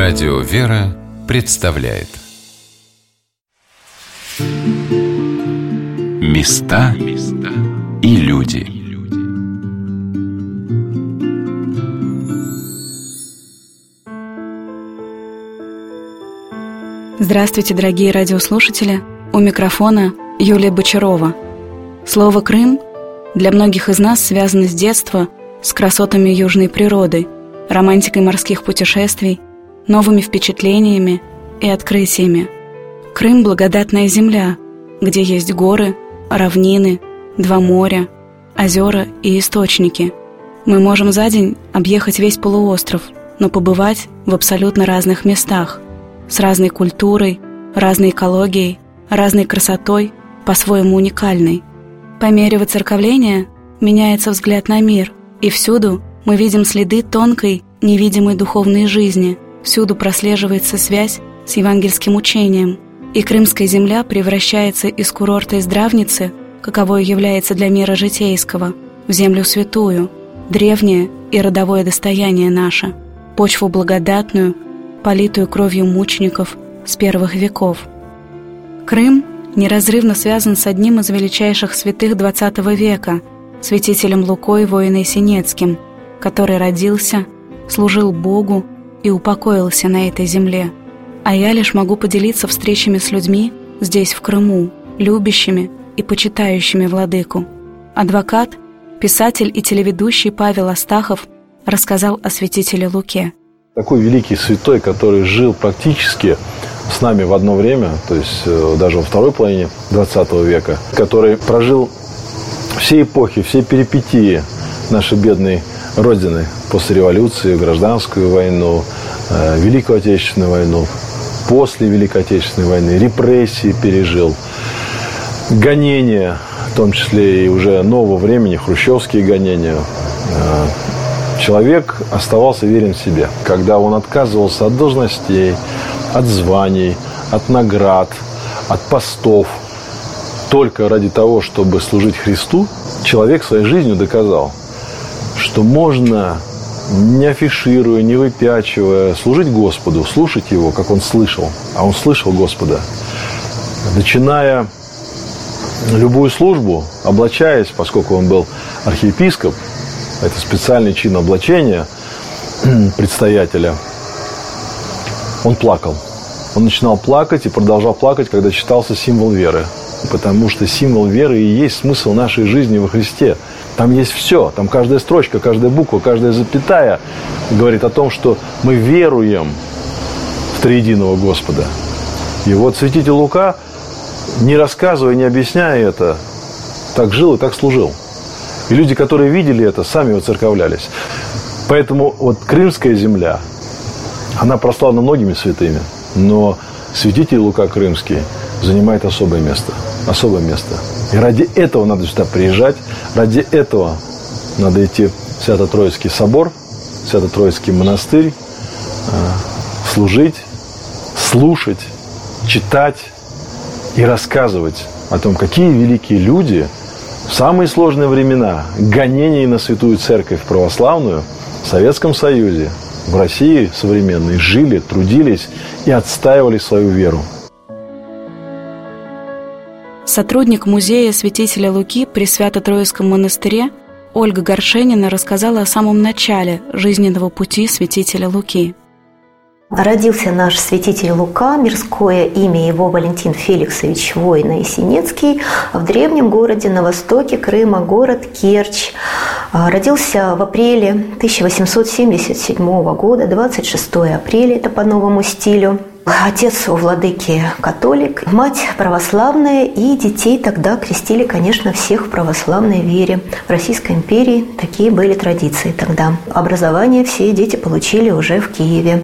Радио «Вера» представляет Места и люди. Здравствуйте, дорогие радиослушатели! У микрофона Юлия Бочарова. Слово «Крым» для многих из нас связано с детства, с красотами южной природы, романтикой морских путешествий, новыми впечатлениями и открытиями. Крым – благодатная земля, где есть горы, равнины, два моря, озера и источники. Мы можем за день объехать весь полуостров, но побывать в абсолютно разных местах, с разной культурой, разной экологией, разной красотой, по-своему уникальной. По мере воцерковления меняется взгляд на мир, и всюду мы видим следы тонкой, невидимой духовной жизни, всюду прослеживается связь с евангельским учением, и крымская земля превращается из курорта и здравницы, каковой является для мира житейского, в землю святую, древнее и родовое достояние наше, почву благодатную, политую кровью мучеников с первых веков. Крым неразрывно связан с одним из величайших святых XX века, святителем Лукой Воиной Синецким, который родился, служил Богу и упокоился на этой земле. А я лишь могу поделиться встречами с людьми здесь, в Крыму, любящими и почитающими владыку. Адвокат, писатель и телеведущий Павел Астахов рассказал о святителе Луке. Такой великий святой, который жил практически с нами в одно время, то есть даже во второй половине XX века, который прожил все эпохи, все перипетии нашей бедной Родины после революции, гражданскую войну, Великую Отечественную войну, после Великой Отечественной войны, репрессии пережил, гонения, в том числе и уже нового времени, хрущевские гонения. Человек оставался верен себе. Когда он отказывался от должностей, от званий, от наград, от постов, только ради того, чтобы служить Христу, человек своей жизнью доказал, что можно, не афишируя, не выпячивая, служить Господу, слушать Его, как он слышал. А он слышал Господа. Начиная любую службу, облачаясь, поскольку он был архиепископ, это специальный чин облачения предстоятеля, он плакал. Он начинал плакать и продолжал плакать, когда читался символ веры. Потому что символ веры и есть смысл нашей жизни во Христе. Там есть все. Там каждая строчка, каждая буква, каждая запятая говорит о том, что мы веруем в триединого Господа. И вот святитель Лука, не рассказывая, не объясняя это, так жил и так служил. И люди, которые видели это, сами воцерковлялись. Поэтому вот крымская земля, она прославлена многими святыми, но святитель Лука Крымский занимает особое место. Особое место. И ради этого надо сюда приезжать, ради этого надо идти в Свято-Троицкий собор, в Свято-Троицкий монастырь, служить, слушать, читать и рассказывать о том, какие великие люди в самые сложные времена гонений на Святую Церковь православную в Советском Союзе, в России современной жили, трудились и отстаивали свою веру. Сотрудник музея святителя Луки при Свято-Троицком монастыре Ольга Горшенина рассказала о самом начале жизненного пути святителя Луки. Родился наш святитель Лука, мирское имя его Валентин Феликсович Воиной Синецкий, в древнем городе на востоке Крыма, город Керчь. Родился в апреле 1877 года, 26 апреля, это по новому стилю. Отец у владыки католик, мать православная, и детей тогда крестили, конечно, всех в православной вере. В Российской империи такие были традиции тогда. Образование все дети получили уже в Киеве.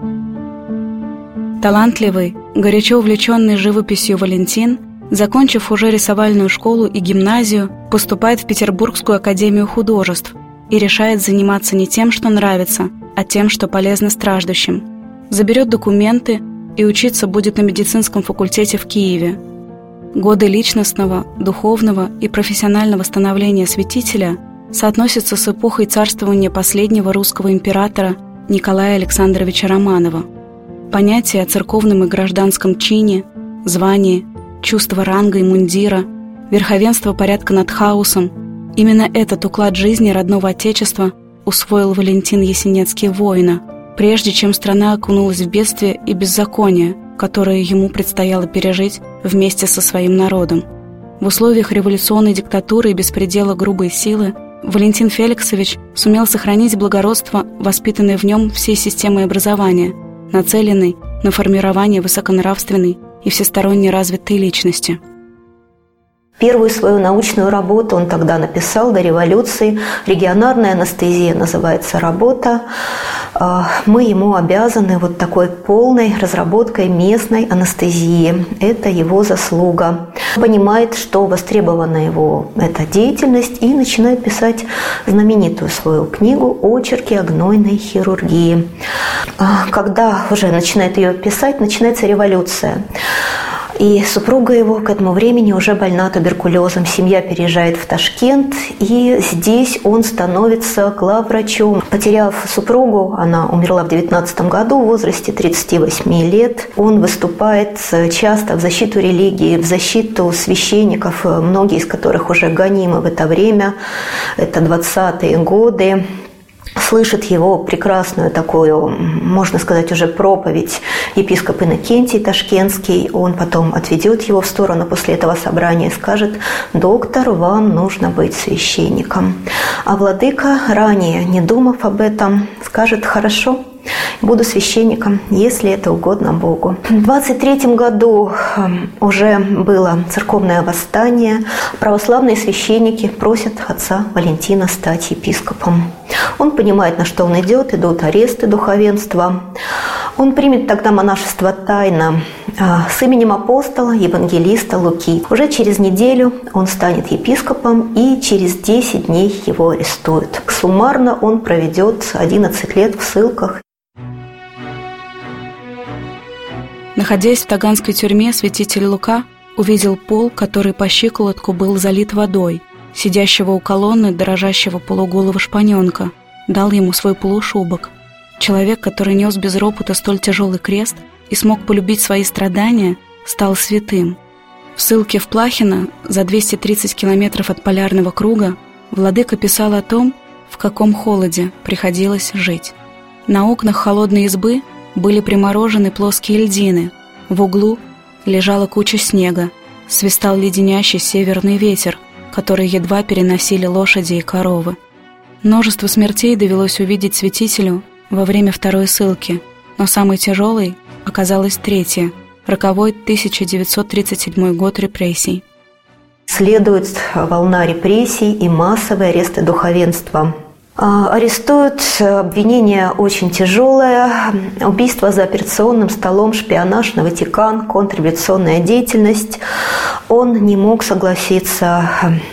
Талантливый, горячо увлеченный живописью Валентин, закончив уже рисовальную школу и гимназию, поступает в Петербургскую академию художеств и решает заниматься не тем, что нравится, а тем, что полезно страждущим. Заберет документы и учиться будет на медицинском факультете в Киеве. Годы личностного, духовного и профессионального становления святителя соотносится с эпохой царствования последнего русского императора Николая Александровича Романова. Понятия о церковном и гражданском чине, звании, чувство ранга и мундира, верховенство порядка над хаосом — именно этот уклад жизни родного Отечества усвоил Валентин Ясенецкий воина, прежде чем страна окунулась в бедствие и беззаконие, которое ему предстояло пережить вместе со своим народом. В условиях революционной диктатуры и беспредела грубой силы Валентин Феликсович сумел сохранить благородство, воспитанное в нем всей системой образования, нацеленной на формирование высоконравственной и всесторонне развитой личности. Первую свою научную работу он тогда написал до революции. «Регионарная анестезия» называется работа. Мы ему обязаны вот такой полной разработкой местной анестезии. Это его заслуга. Он понимает, что востребована его эта деятельность, и начинает писать знаменитую свою книгу «Очерки о гнойной хирургии». Когда уже начинает ее писать, начинается революция. И супруга его к этому времени уже больна туберкулезом. Семья переезжает в Ташкент, и здесь он становится главврачом. Потеряв супругу, она умерла в 19 году в возрасте 38 лет. Он выступает часто в защиту религии, в защиту священников, многие из которых уже гонимы в это время. Это 20-е годы. Слышит его прекрасную такую, можно сказать, уже проповедь епископ Иннокентий Ташкентский. Он потом отведет его в сторону после этого собрания и скажет: «Доктор, вам нужно быть священником». А владыка, ранее не думав об этом, скажет: «Хорошо, буду священником, если это угодно Богу». В 23 году уже было церковное восстание. Православные священники просят отца Валентина стать епископом. Он понимает, на что он идет, идут аресты духовенства. Он примет тогда монашество тайно с именем апостола, евангелиста Луки. Уже через неделю он станет епископом, и через 10 дней его арестуют. Суммарно он проведет 11 лет в ссылках. Находясь в таганской тюрьме, святитель Лука увидел пол, который по щиколотку был залит водой, сидящего у колонны дрожащего полуголого шпаненка, дал ему свой полушубок. Человек, который нес без ропота столь тяжелый крест и смог полюбить свои страдания, стал святым. В ссылке в Плахино, за 230 километров от полярного круга, владыка писал о том, в каком холоде приходилось жить. На окнах холодной избы были приморожены плоские льдины, в углу лежала куча снега, свистал леденящий северный ветер, который едва переносили лошади и коровы. Множество смертей довелось увидеть святителю во время второй ссылки, но самой тяжелой оказалась третья, роковой 1937 год репрессий. Следует волна репрессий и массовые аресты духовенства. Арестуют, обвинение очень тяжелое: убийство за операционным столом, шпионаж на Ватикан, контрреволюционная деятельность. Он не мог согласиться.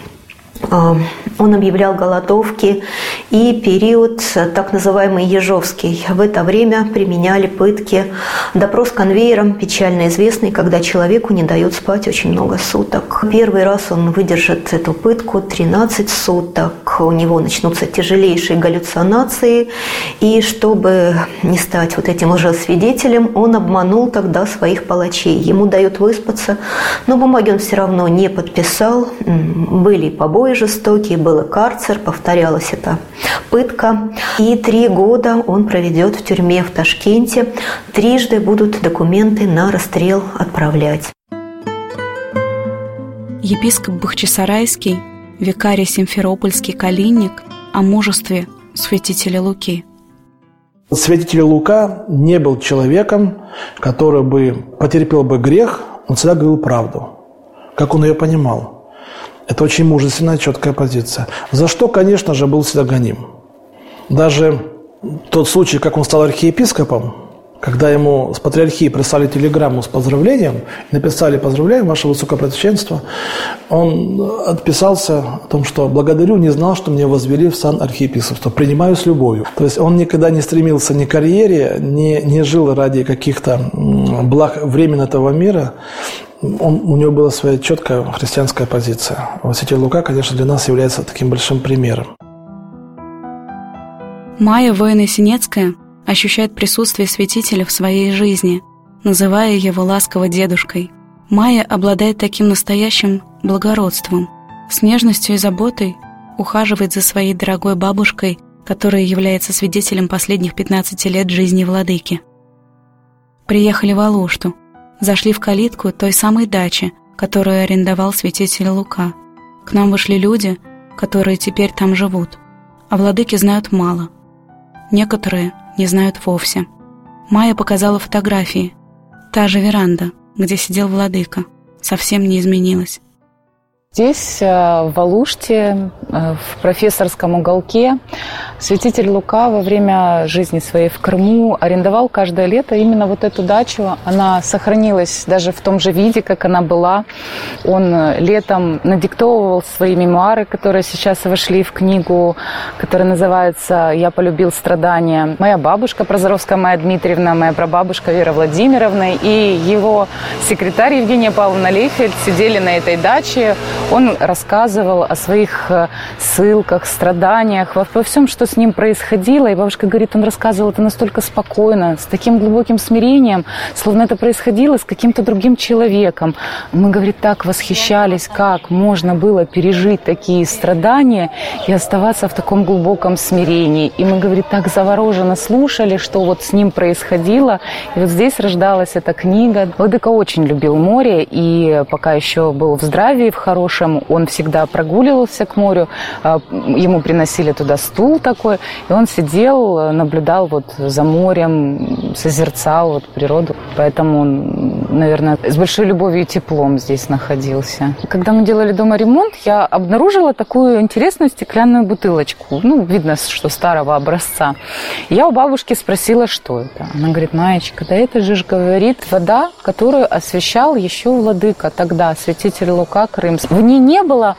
Он объявлял голодовки и период так называемый Ежовский. В это время применяли пытки. Допрос конвейером печально известный, когда человеку не дают спать очень много суток. Первый раз он выдержит эту пытку 13 суток. У него начнутся тяжелейшие галлюцинации. И чтобы не стать вот этим лжесвидетелем, он обманул тогда своих палачей. Ему дают выспаться, но бумаги он все равно не подписал. Были побои жестокие, был карцер, повторялась эта пытка. И 3 года он проведет в тюрьме в Ташкенте. Трижды будут документы на расстрел отправлять. Епископ Бахчисарайский, викарий Симферопольский Калинник о мужестве святителя Луки. Святитель Лука не был человеком, который бы потерпел бы грех, он всегда говорил правду, как он ее понимал. Это очень мужественная, четкая позиция. За что, конечно же, был всегда гоним. Даже тот случай, как он стал архиепископом, когда ему с патриархии прислали телеграмму с поздравлением, написали: «Поздравляем, ваше высокопреосвященство», он отписался о том, что «благодарю, не знал, что мне возвели в сан архиепископства, принимаю с любовью». То есть он никогда не стремился ни к карьере, не жил ради каких-то благ времен этого мира. У него была своя четкая христианская позиция. Святитель Лука, конечно, для нас является таким большим примером. Майя Воина-Синецкая ощущает присутствие святителя в своей жизни, называя его ласково дедушкой. Майя обладает таким настоящим благородством, с нежностью и заботой ухаживает за своей дорогой бабушкой, которая является свидетелем последних 15 лет жизни владыки. Приехали в Алушту, зашли в калитку той самой дачи, которую арендовал святитель Лука. К нам вышли люди, которые теперь там живут, а владыки знают мало. Некоторые не знают вовсе. Майя показала фотографии. Та же веранда, где сидел владыка, совсем не изменилась. Здесь, в Алуште, в профессорском уголке, святитель Лука во время жизни своей в Крыму арендовал каждое лето именно вот эту дачу. Она сохранилась даже в том же виде, как она была. Он летом надиктовывал свои мемуары, которые сейчас вошли в книгу, которая называется «Я полюбил страдания». Моя бабушка Прозоровская Майя Дмитриевна, моя прабабушка Вера Владимировна и его секретарь Евгения Павловна Лейфельд сидели на этой даче. Он рассказывал о своих ссылках, страданиях, во всем, что с ним происходило. И бабушка говорит, он рассказывал это настолько спокойно, с таким глубоким смирением, словно это происходило с каким-то другим человеком. Мы, говорит, так восхищались, как можно было пережить такие страдания и оставаться в таком глубоком смирении. И мы, говорит, так завороженно слушали, что вот с ним происходило. И вот здесь рождалась эта книга. Владыка очень любил море, и пока еще был в здравии, в хорошем, он всегда прогуливался к морю, ему приносили туда стул такой, и он сидел, наблюдал вот за морем, созерцал вот природу, поэтому он, наверное, с большой любовью и теплом здесь находился. Когда мы делали дома ремонт, я обнаружила такую интересную стеклянную бутылочку, видно, что старого образца. Я у бабушки спросила, что это. Она говорит, Маечка, да это же, говорит, вода, которую освящал еще владыка тогда, святитель Лука Крымский. В ней не было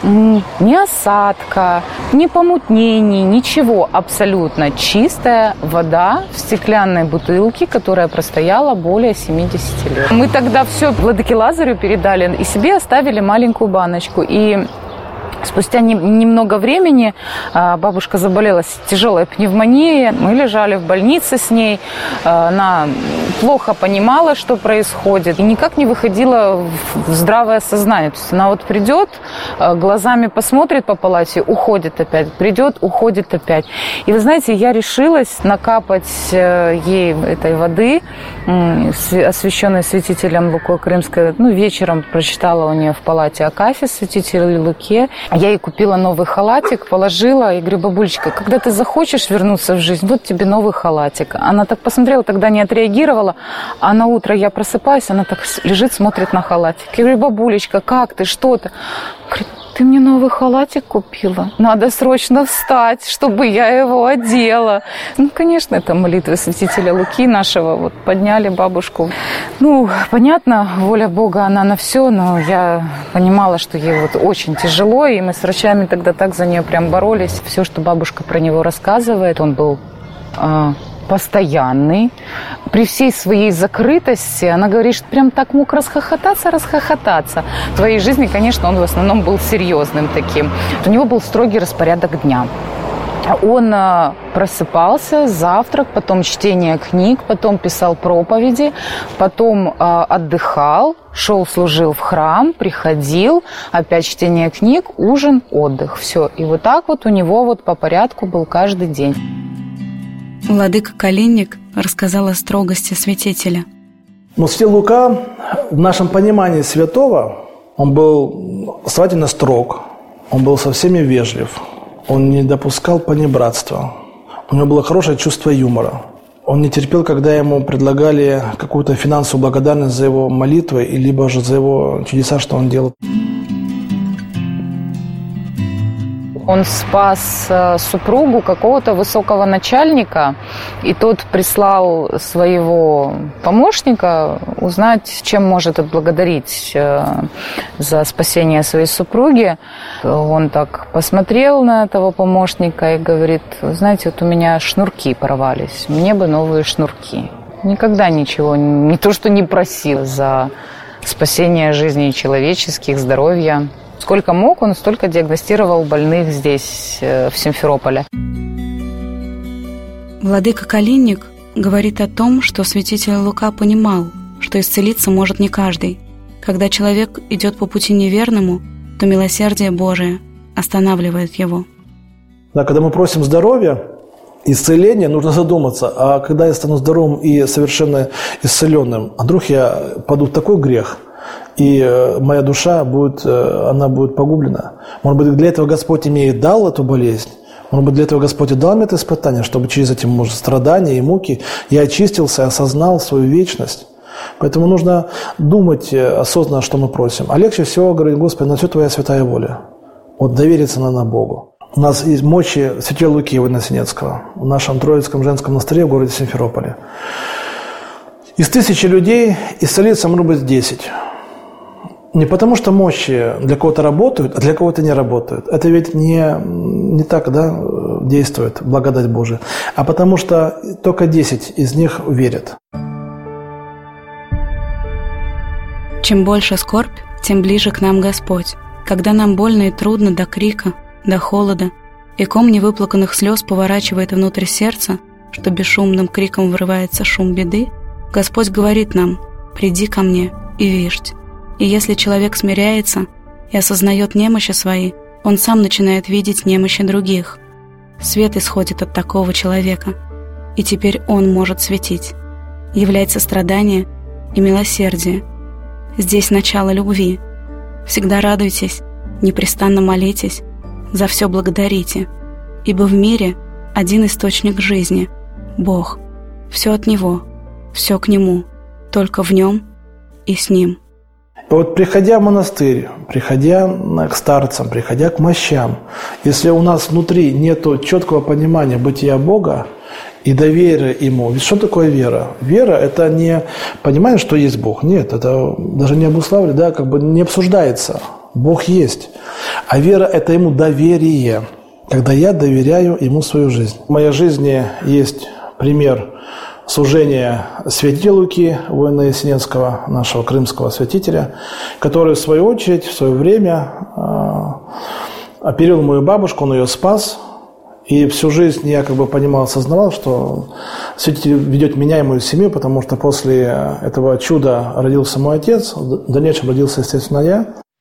ни осадка, ни помутнений, ничего. Абсолютно чистая вода в стеклянной бутылке, которая простояла более 70 лет. Мы тогда все владыке Лазарю передали и себе оставили маленькую баночку. И спустя немного времени бабушка заболела тяжелой пневмонией. Мы лежали в больнице с ней. Она плохо понимала, что происходит, и никак не выходила в здравое сознание. То есть она вот придет, глазами посмотрит по палате, уходит опять. Придет, уходит опять. И вы знаете, я решилась накапать ей этой воды, освященной святителем Лукой Крымской. Вечером прочитала у нее в палате акафист святителю Луке. Я ей купила новый халатик, положила и говорю, бабулечка, когда ты захочешь вернуться в жизнь, вот тебе новый халатик. Она так посмотрела, тогда не отреагировала, а на утро я просыпаюсь, она так лежит, смотрит на халатик. Я говорю, бабулечка, как ты, что ты? Говорит, ты мне новый халатик купила? Надо срочно встать, чтобы я его одела. Конечно, это молитвы святителя Луки нашего. Вот подняли бабушку. Понятно, воля Бога, она на все, но я понимала, что ей вот очень тяжело, и мы с врачами тогда так за нее прям боролись. Все, что бабушка про него рассказывает, он был постоянный. При всей своей закрытости, она говорит, что прям так мог расхохотаться. В твоей жизни, конечно, он в основном был серьезным таким. У него был строгий распорядок дня. Он просыпался, завтрак, потом чтение книг, потом писал проповеди, потом отдыхал, шел, служил в храм, приходил, опять чтение книг, ужин, отдых. Все. И вот так вот у него вот по порядку был каждый день. Владыка Калинник рассказал о строгости святителя. Святитель Лука, в нашем понимании святого, он был основательно строг, он был со всеми вежлив, он не допускал понебратства, у него было хорошее чувство юмора. Он не терпел, когда ему предлагали какую-то финансовую благодарность за его молитвы, либо же за его чудеса, что он делал. Он спас супругу какого-то высокого начальника, и тот прислал своего помощника узнать, чем может отблагодарить за спасение своей супруги. Он так посмотрел на этого помощника и говорит, знаете, вот у меня шнурки порвались, мне бы новые шнурки. Никогда ничего, не то что не просил за спасение жизней человеческих, здоровья. Сколько мог, он столько диагностировал больных здесь, в Симферополе. Владыка Калинник говорит о том, что святитель Лука понимал, что исцелиться может не каждый. Когда человек идет по пути неверному, то милосердие Божие останавливает его. Да, когда мы просим здоровья, исцеления, нужно задуматься, а когда я стану здоровым и совершенно исцеленным, а вдруг я паду в такой грех, и моя душа будет погублена. Может быть, для этого Господь мне и дал эту болезнь, может быть, для этого Господь и дал мне это испытание, чтобы через эти, может, страдания и муки я очистился, осознал свою вечность. Поэтому нужно думать осознанно, что мы просим. А легче всего говорить: Господи, на все Твоя святая воля. Вот довериться надо Богу. У нас есть мощи святителя Луки Воиносенецкого в нашем Троицком женском монастыре в городе Симферополе. Из 1000 людей исцелиться может быть 10. Не потому, что мощи для кого-то работают, а для кого-то не работают. Это ведь не так, действует благодать Божия. А потому что только 10 из них верят. Чем больше скорбь, тем ближе к нам Господь. Когда нам больно и трудно до крика, до холода, и ком невыплаканных слез поворачивает внутрь сердца, что бесшумным криком вырывается шум беды, Господь говорит нам: «Приди ко мне и виждь». И если человек смиряется и осознает немощи свои, он сам начинает видеть немощи других. Свет исходит от такого человека, и теперь он может светить. Является страдание и милосердие. Здесь начало любви. Всегда радуйтесь, непрестанно молитесь, за все благодарите, ибо в мире один источник жизни – Бог. Все от Него, все к Нему, только в Нем и с Ним. Вот приходя в монастырь, приходя к старцам, приходя к мощам, если у нас внутри нет четкого понимания бытия Бога и доверия Ему. Ведь что такое вера? Вера – это не понимание, что есть Бог. Нет, это даже не обуславливается, не обсуждается. Бог есть. А вера – это Ему доверие, когда я доверяю Ему свою жизнь. В моей жизни есть пример служения святителя Луки Воиносенецкого, нашего крымского святителя, который, в свою очередь, в свое время оперировал мою бабушку, он ее спас. И всю жизнь я понимал, осознавал, что святитель ведет меня и мою семью, потому что после этого чуда родился мой отец, в дальнейшем родился, естественно, я.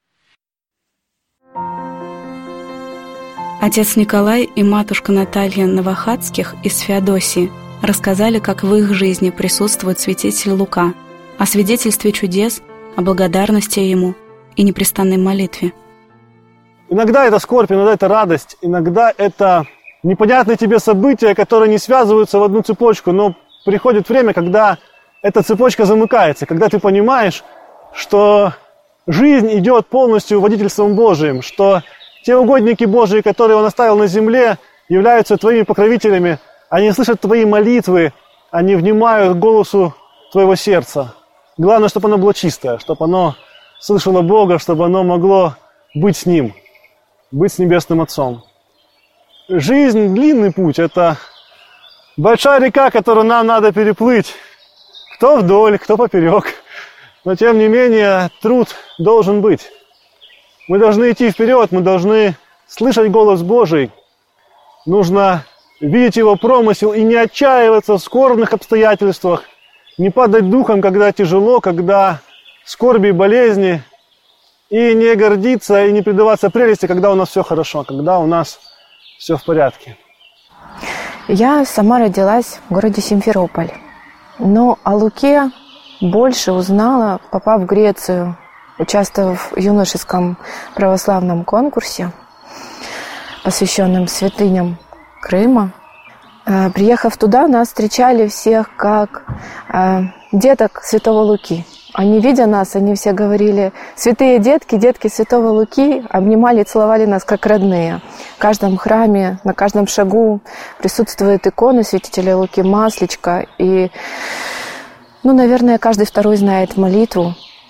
Отец Николай и матушка Наталья Новохадских из Феодосии рассказали, как в их жизни присутствует святитель Лука, о свидетельстве чудес, о благодарности Ему и непрестанной молитве. Иногда это скорбь, иногда это радость, иногда это непонятные тебе события, которые не связываются в одну цепочку, но приходит время, когда эта цепочка замыкается, когда ты понимаешь, что жизнь идет полностью водительством Божиим, что те угодники Божии, которые Он оставил на земле, являются твоими покровителями, они слышат твои молитвы, они внимают голосу твоего сердца. Главное, чтобы оно было чистое, чтобы оно слышало Бога, чтобы оно могло быть с Ним, быть с Небесным Отцом. Жизнь – длинный путь, это большая река, которую нам надо переплыть. Кто вдоль, кто поперек. Но тем не менее, труд должен быть. Мы должны идти вперед, мы должны слышать голос Божий. Нужно видеть Его промысел и не отчаиваться в скорбных обстоятельствах, не падать духом, когда тяжело, когда скорби и болезни, и не гордиться, и не предаваться прелести, когда у нас все хорошо, когда у нас все в порядке. Я сама родилась в городе Симферополь, но о Луке больше узнала, попав в Грецию, участвовав в юношеском православном конкурсе, посвященном святыням Крыма. Приехав туда, нас встречали всех как деток святого Луки. Они, видя нас, они все говорили: «Святые детки, детки святого Луки», обнимали и целовали нас как родные. В каждом храме, на каждом шагу присутствует икона святителя Луки, масличко. И, наверное, каждый второй знает молитву.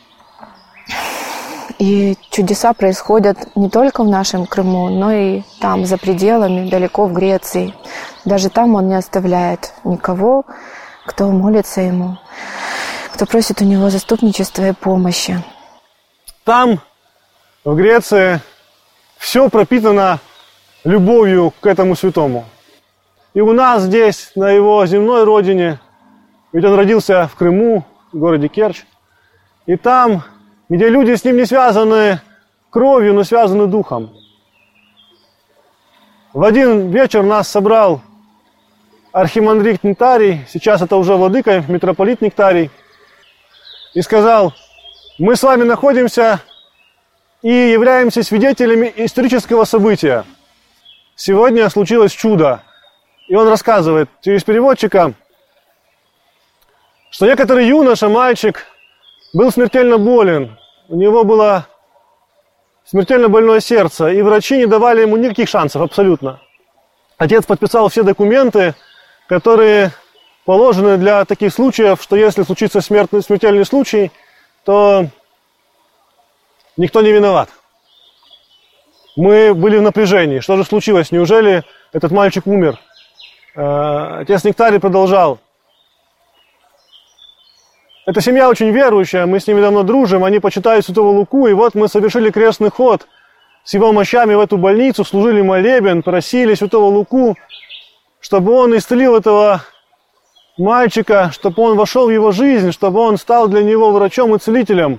И чудеса происходят не только в нашем Крыму, но и там, за пределами, далеко в Греции. Даже там Он не оставляет никого, кто молится Ему, кто просит у Него заступничества и помощи. Там, в Греции, все пропитано любовью к этому святому. и у нас здесь, на его земной родине. Ведь он родился в Крыму, в городе Керчь. И там, где люди с ним не связаны кровью, но связаны духом. В один вечер нас собрал архимандрит Нектарий, сейчас это уже владыка, митрополит Нектарий, и сказал: мы с вами находимся и являемся свидетелями исторического события. Сегодня случилось чудо. И он рассказывает через переводчика, что некоторый юноша, мальчик, был смертельно болен. У него было смертельно больное сердце, и врачи не давали ему никаких шансов абсолютно. Отец подписал все документы, которые положены для таких случаев, что если случится смертельный случай, то никто не виноват. Мы были в напряжении. Что же случилось? Неужели этот мальчик умер? Отец Нектарий продолжал. Эта семья очень верующая, мы с ними давно дружим, они почитают Святого Луку, и вот мы совершили крестный ход с его мощами в эту больницу, служили молебен, просили Святого Луку, чтобы он исцелил этого мальчика, чтобы он вошел в его жизнь, чтобы он стал для него врачом и целителем.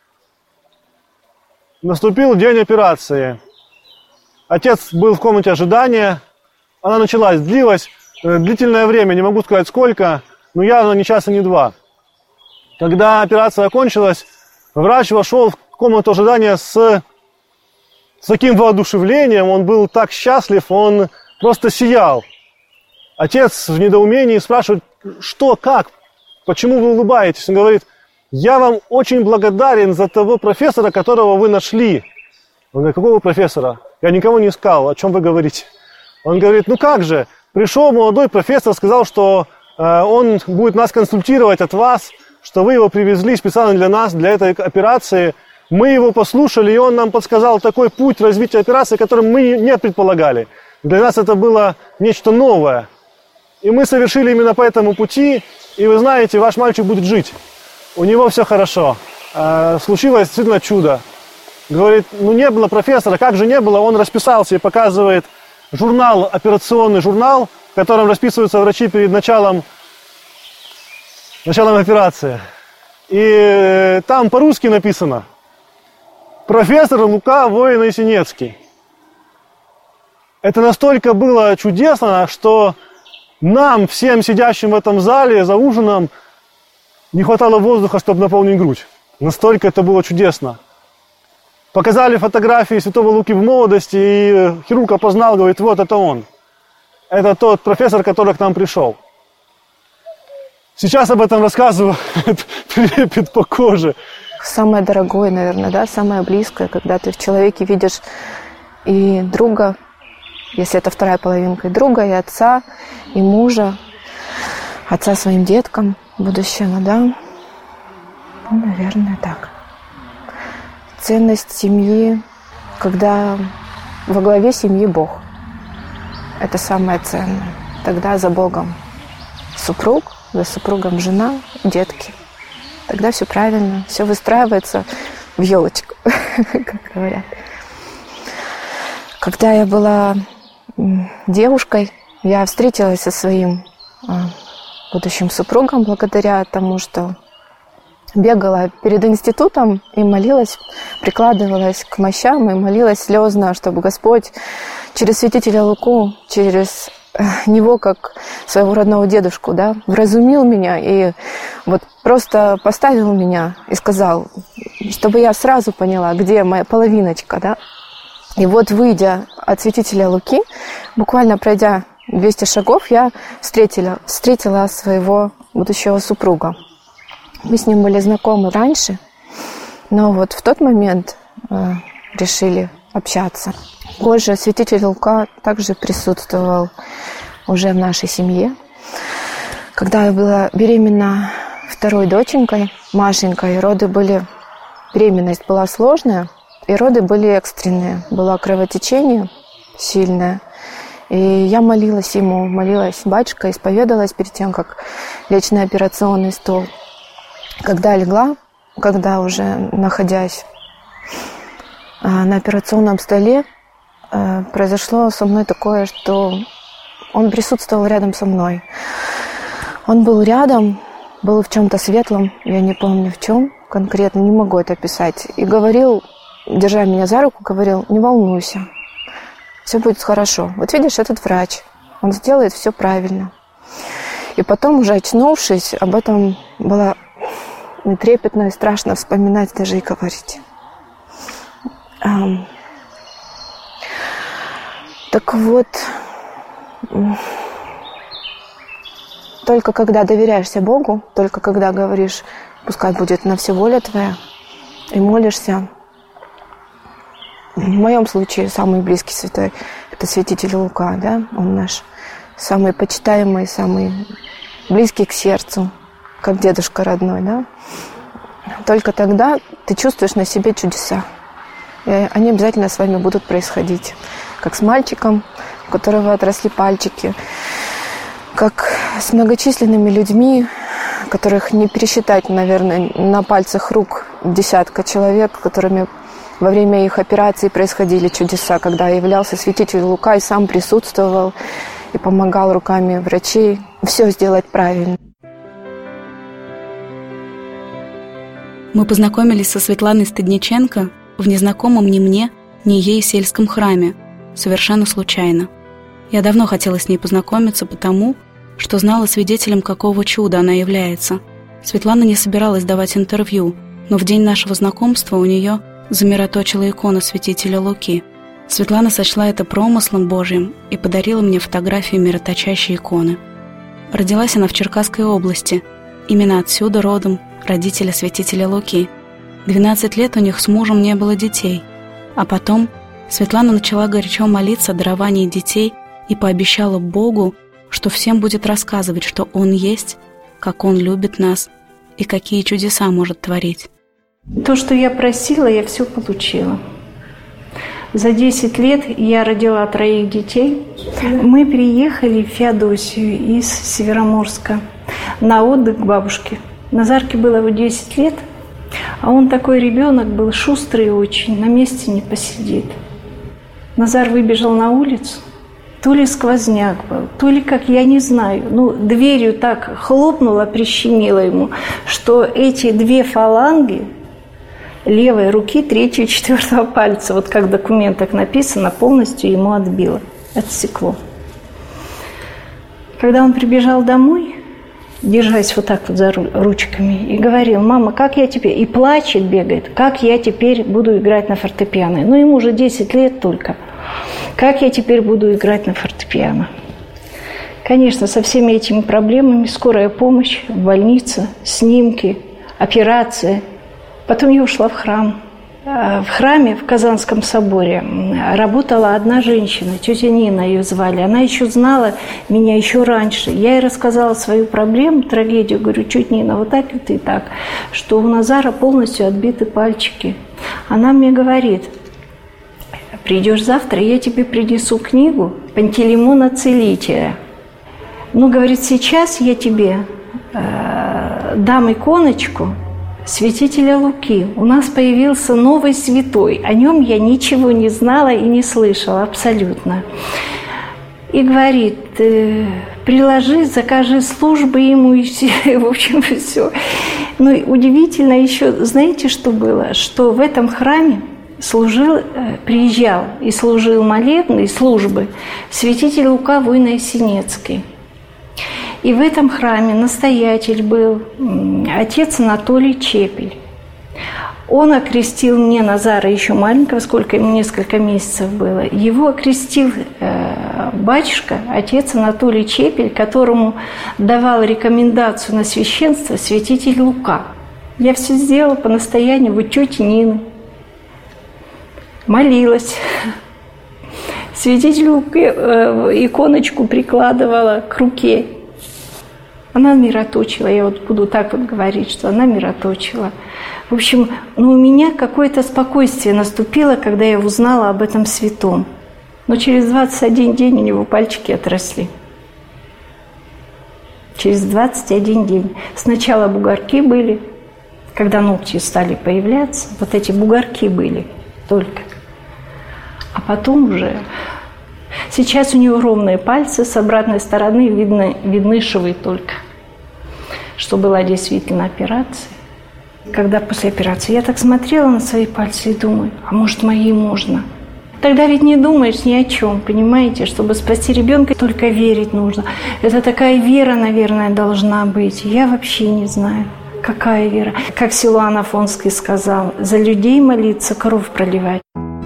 Наступил день операции. Отец был в комнате ожидания, она началась, длилась длительное время, не могу сказать сколько, но явно ни часа, ни два. Когда операция окончилась, врач вошел в комнату ожидания с таким воодушевлением, он был так счастлив, он просто сиял. Отец в недоумении спрашивает: что, как, почему вы улыбаетесь? Он говорит: я вам очень благодарен за того профессора, которого вы нашли. Он говорит: какого профессора? Я никого не искал, о чем вы говорите? Он говорит: ну как же, пришел молодой профессор, сказал, что он будет нас консультировать от вас, что вы его привезли специально для нас, для этой операции. Мы его послушали, и он нам подсказал такой путь развития операции, который мы не предполагали. Для нас это было нечто новое. И мы совершили именно по этому пути, и вы знаете, ваш мальчик будет жить. У него все хорошо. Случилось действительно чудо. Говорит: ну не было профессора, как же не было? Он расписался и показывает журнал, операционный журнал, в котором расписываются врачи перед началом операции. И там по-русски написано: профессор Лука Воина-Есенецкий. Это настолько было чудесно, что нам, всем сидящим в этом зале за ужином, не хватало воздуха, чтобы наполнить грудь. Настолько это было чудесно. Показали фотографии Святого Луки в молодости, и хирург опознал, говорит: вот это он. Это тот профессор, который к нам пришел. Сейчас об этом рассказываю, трепет по коже. Самое дорогое, наверное, да, самое близкое, когда ты в человеке видишь и друга, если это вторая половинка, и друга, и отца, и мужа, отца своим деткам будущего, да. Ну, наверное, так. Ценность семьи, когда во главе семьи Бог. Это самое ценное. Тогда за Богом супруг, за супругом жена, детки. Тогда все правильно, все выстраивается в елочку, как говорят. Когда я была девушкой, я встретилась со своим будущим супругом благодаря тому, что бегала перед институтом и молилась, прикладывалась к мощам и молилась слезно, чтобы Господь через святителя Луку, через него, как своего родного дедушку, да, вразумил меня и вот просто поставил меня и сказал, чтобы я сразу поняла, где моя половиночка, да. И вот, выйдя от святителя Луки, буквально пройдя 200 шагов, я встретила своего будущего супруга. Мы с ним были знакомы раньше, но вот в тот момент решили общаться. Позже святитель Лука также присутствовал уже в нашей семье. Когда я была беременна второй доченькой, Машенькой, беременность была сложная, и роды были экстренные. Было кровотечение сильное. И я молилась батюшка, исповедалась перед тем, как лечь на операционный стол. Когда легла, уже находясь на операционном столе, произошло со мной такое, что он присутствовал рядом со мной. Он был рядом, был в чем-то светлом, я не помню в чем конкретно, не могу это описать. И говорил, держа меня за руку, говорил: не волнуйся, все будет хорошо. Вот видишь, этот врач, он сделает все правильно. И потом, уже очнувшись, об этом было и трепетно, и страшно вспоминать, даже и говорить. Так вот, только когда доверяешься Богу, только когда говоришь: пускай будет на все воля Твоя, и молишься. В моем случае самый близкий святой – это святитель Лука, да? Он наш самый почитаемый, самый близкий к сердцу, как дедушка родной, да? Только тогда ты чувствуешь на себе чудеса. И они обязательно с вами будут происходить. Как с мальчиком, у которого отросли пальчики, как с многочисленными людьми, которых не пересчитать, наверное, на пальцах рук десятка человек, которыми во время их операций происходили чудеса, когда являлся святитель Лука и сам присутствовал и помогал руками врачей все сделать правильно. Мы познакомились со Светланой Стыдниченко в незнакомом ни мне, ни ей сельском храме, совершенно случайно. Я давно хотела с ней познакомиться, потому что знала свидетелем, какого чуда она является. Светлана не собиралась давать интервью, но в день нашего знакомства у нее замироточила икона святителя Луки. Светлана сочла это промыслом Божьим и подарила мне фотографию мироточащей иконы. Родилась она в Черкасской области. Именно отсюда родом родители святителя Луки. 12 лет у них с мужем не было детей. А потом Светлана начала горячо молиться о даровании детей и пообещала Богу, что всем будет рассказывать, что Он есть, как Он любит нас и какие чудеса может творить. То, что я просила, я все получила. За 10 лет я родила 3 детей. Мы приехали в Феодосию из Североморска на отдых к бабушке. Назарке было 10 лет, а он такой ребенок был, шустрый очень, на месте не посидит. Назар выбежал на улицу, то ли сквозняк был, то ли как, я не знаю. Дверью так хлопнула, прищемила ему, что эти 2 фаланги левой руки 3-го и 4-го пальца, вот как в документах написано, полностью ему отбило, отсекло. Когда он прибежал домой, держась вот так вот за ручками, и говорил: мама, как я теперь, и плачет, бегает, как я теперь буду играть на фортепиано. Ему уже 10 лет только. Как я теперь буду играть на фортепиано? Конечно, со всеми этими проблемами скорая помощь, в больнице, снимки, операция. Потом я ушла в храм. В храме в Казанском соборе работала одна женщина, тетя Нина ее звали. Она еще знала меня еще раньше. Я ей рассказала свою проблему, трагедию. Говорю: тетя Нина, вот так и так, что у Назара полностью отбиты пальчики. Она мне говорит: придешь завтра, я тебе принесу книгу Пантелеймона Целителя. Говорит, сейчас я тебе дам иконочку святителя Луки. У нас появился новый святой. О нем я ничего не знала и не слышала абсолютно. И говорит: приложи, закажи службы ему, и все, в общем, все. Удивительно еще, знаете, что было? Что в этом храме приезжал и служил молебны и службы святитель Лука Войно-Ясенецкий. И в этом храме настоятель был отец Анатолий Чепель. Он окрестил мне Назара еще маленького, сколько ему, несколько месяцев было. Его окрестил батюшка, отец Анатолий Чепель, которому давал рекомендацию на священство святитель Лука. Я все сделала по настоянию вот тети Нины. Молилась. Святителю иконочку прикладывала к руке. Она мироточила, я вот буду так вот говорить, что она мироточила. В общем, у меня какое-то спокойствие наступило, когда я узнала об этом святом. Но через 21 день у него пальчики отросли. Через 21 день. Сначала бугорки были, когда ногти стали появляться, вот эти бугорки были только. А потом уже... Сейчас у него ровные пальцы, с обратной стороны видны швы только, что была действительно операция. Когда после операции я так смотрела на свои пальцы и думаю, а может, мои можно? Тогда ведь не думаешь ни о чем, понимаете? Чтобы спасти ребенка, только верить нужно. Это такая вера, наверное, должна быть. Я вообще не знаю, какая вера. Как Силуан Афонский сказал, за людей молиться, кровь проливать.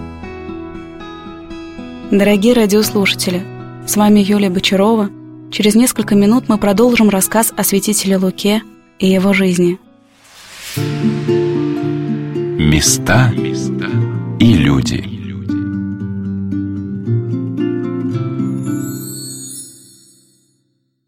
Дорогие радиослушатели, с вами Юлия Бочарова. Через несколько минут мы продолжим рассказ о святителе Луке и его жизни. Места и люди.